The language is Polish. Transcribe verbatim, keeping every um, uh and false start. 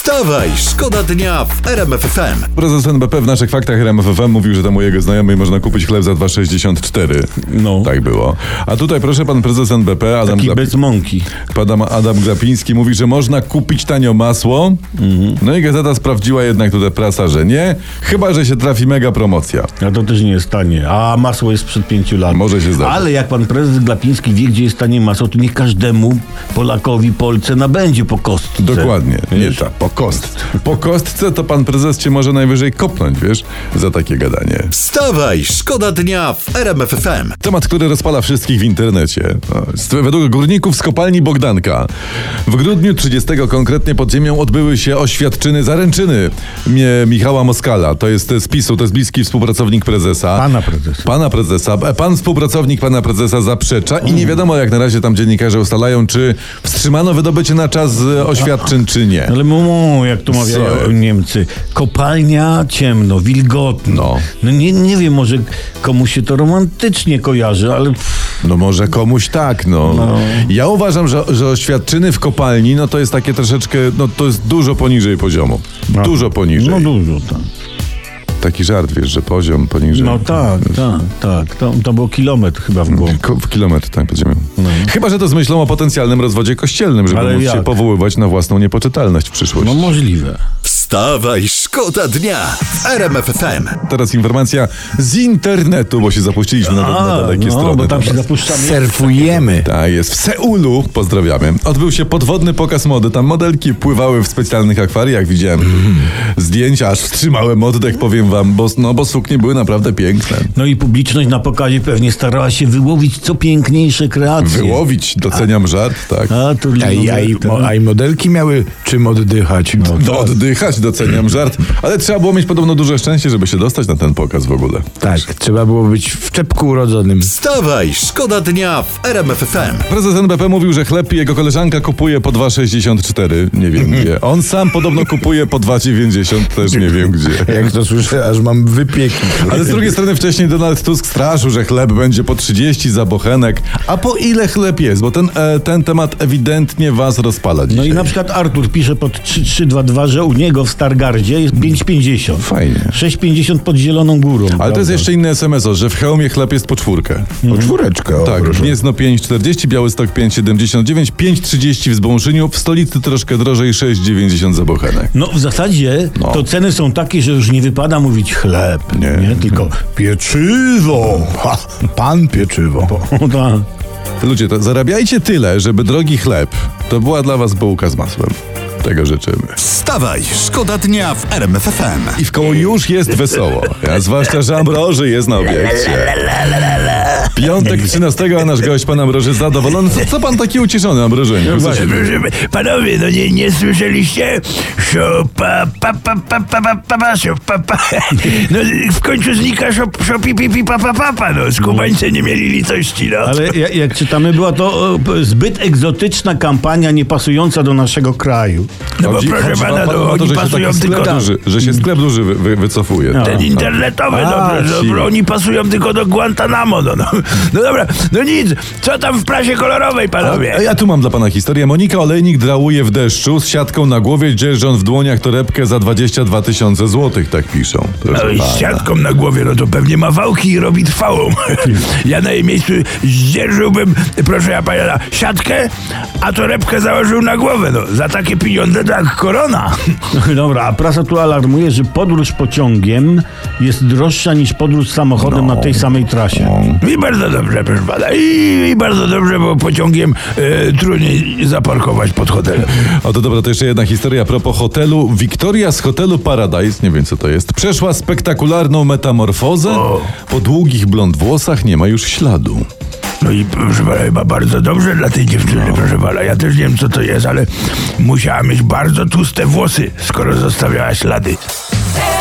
Wstawaj, szkoda dnia w R M F F M. Prezes N B P w naszych faktach R M F F M mówił, że tam u jego znajomej można kupić chleb za dwa sześćdziesiąt cztery. No. Tak było. A tutaj proszę, pan prezes N B P Adam, Taki Glap... bez mąki. Adam, Adam Glapiński mówi, że można kupić tanio masło. Mhm. No i gazeta sprawdziła jednak tutaj prasa, że nie. Chyba że się trafi mega promocja. A to też nie jest tanie. A masło jest sprzed pięciu lat. Może się zdarzyć. Ale jak pan prezes Glapiński wie, gdzie jest tanie masło, to niech każdemu Polakowi, Polce nabędzie po kostce. Dokładnie. Nie Wiesz? tak, po kostce. Po kostce to pan prezes cię może najwyżej kopnąć, wiesz, za takie gadanie. Wstawaj, szkoda dnia w R M F F M. Temat, który rozpala wszystkich w internecie. Według górników z kopalni Bogdanka w grudniu trzydziestego konkretnie pod ziemią odbyły się oświadczyny, zaręczyny Michała Moskala. To jest z PiSu, to jest bliski współpracownik prezesa. Pana prezesa. Pana prezesa. Pan współpracownik pana prezesa zaprzecza i nie wiadomo jak na razie tam dziennikarze ustalają, czy wstrzymano wydobycie na czas oświadczyn, czy nie. Ale mu, jak to mawiają Co? Niemcy, kopalnia ciemno, wilgotno. No. No nie, nie wiem, może komuś się to romantycznie kojarzy, ale... Pff, No może komuś tak, no. No. Ja uważam, że, że oświadczyny w kopalni, no to jest takie troszeczkę, no to jest dużo poniżej poziomu. No. Dużo poniżej. No dużo, tak. Taki żart, wiesz, że poziom poniżej. No tak, tak, tak. To, to był kilometr chyba w głąb. Ko- w kilometr, tak, pod ziemią. No. Chyba, że to z myślą o potencjalnym rozwodzie kościelnym, żeby Ale móc jak? się powoływać na własną niepoczytalność w przyszłości. No możliwe. Wstawaj, szkoda dnia w R M F F M. Teraz informacja z internetu, bo się zapuściliśmy na, na dalekie no, strony. bo tam się Dobra. zapuszczamy. Surfujemy. Tak jest. W Seulu, pozdrawiamy, odbył się podwodny pokaz mody. Tam modelki pływały w specjalnych akwariach. Widziałem mm. zdjęcia, aż wstrzymałem oddech, powiem wam, bo, no, bo suknie były naprawdę piękne. No i publiczność na pokazie pewnie starała się wyłowić co piękniejsze kreacje. Wyłowić, doceniam żart, tak. A, to A i, a, i, mo- a i modelki miały czym oddychać. No. Do oddychać, doceniam żart, ale trzeba było mieć podobno duże szczęście, żeby się dostać na ten pokaz w ogóle. Tak, trzeba było być w czepku urodzonym. Wstawaj, szkoda dnia w R M F F M. Prezes N B P mówił, że chleb jego koleżanka kupuje po dwa sześćdziesiąt cztery, nie wiem gdzie. On sam podobno kupuje po dwa dziewięćdziesiąt, też nie wiem gdzie. Jak to słyszę, aż mam wypieki. Ale z drugiej strony wcześniej Donald Tusk straszył, że chleb będzie po trzydzieści za bochenek. A po ile chleb jest? Bo ten, e, ten temat ewidentnie was rozpala dzisiaj. No i na przykład Artur pisze pod trzy trzy dwa dwa, że u niego w Stargardzie jest pięć pięćdziesiąt. Fajnie. sześć pięćdziesiąt pod Zieloną Górą. Ale prawda? to jest jeszcze inny S M S o, że w Chełmie chleb jest po czwórkę. O czwóreczkę. O, Tak, proszę. Gniezno pięć czterdzieści, Białystok pięć siedemdziesiąt dziewięć, pięć trzydzieści w Zbąszyniu, w stolicy troszkę drożej, sześć dziewięćdziesiąt za bochenek. No w zasadzie No. to ceny są takie, że już nie wypada mówić chleb. Nie. nie tylko pieczywo. Ha, pan pieczywo. O, tak. Ludzie, to zarabiajcie tyle, żeby drogi chleb to była dla was bułka z masłem. Tego życzymy. Wstawaj, szkoda dnia w R M F F M. I w koło już jest wesoło. A zwłaszcza, że Ambroży jest na obiekcie. Piątek trzynastego, a nasz gość, pan Ambroży, zadowolony. Co, co pan taki ucieszony, Ambrożeniu? Co się dzieje? Panowie, no nie, nie słyszeliście? Szopa, pa, pa, pa, pa, pa, pa, pa, szopa, pa. No w końcu znika szop, szopi, pi, pi, pa, pa, pa, pa, no. Skubańcy nie mieli litości, no. Ale jak, jak czytamy, była to o, zbyt egzotyczna kampania, niepasująca do naszego kraju. No bo Chodzi- proszę chodzi pana, pan no o to, oni że się pasują taki tylko... sklep duży, że się sklep duży wy, wy, wycofuje. No. Tak. Ten internetowy, A, dobrze, ci. dobrze, oni pasują tylko do Guantanamo, no, no. No dobra, no nic, co tam w prasie kolorowej, panowie? A ja tu mam dla pana historię. Monika Olejnik drałuje w deszczu z siatką na głowie, dzierżąc w dłoniach torebkę za dwadzieścia dwa tysiące złotych, tak piszą. Proszę No i pana. z siatką na głowie, no to pewnie ma wałki i robi trwałą. Ja na jej miejscu zdzierżyłbym, proszę ja pana, siatkę, a torebkę założył na głowę, no. Za takie pieniądze to jak korona. No, dobra, a prasa tu alarmuje, że podróż pociągiem jest droższa niż podróż samochodem No. na tej samej trasie. No. I bardzo dobrze, proszę pana. I, i bardzo dobrze, bo pociągiem e, trudniej zaparkować pod hotelem. O to dobra, to jeszcze jedna historia a propos hotelu. Wiktoria z hotelu Paradise, nie wiem co to jest, przeszła spektakularną metamorfozę. O. Po długich blond włosach nie ma już śladu. No i proszę pana, chyba bardzo dobrze dla tej dziewczyny, No. proszę pana. Ja też nie wiem, co to jest, ale musiała mieć bardzo tłuste włosy, skoro zostawiała ślady.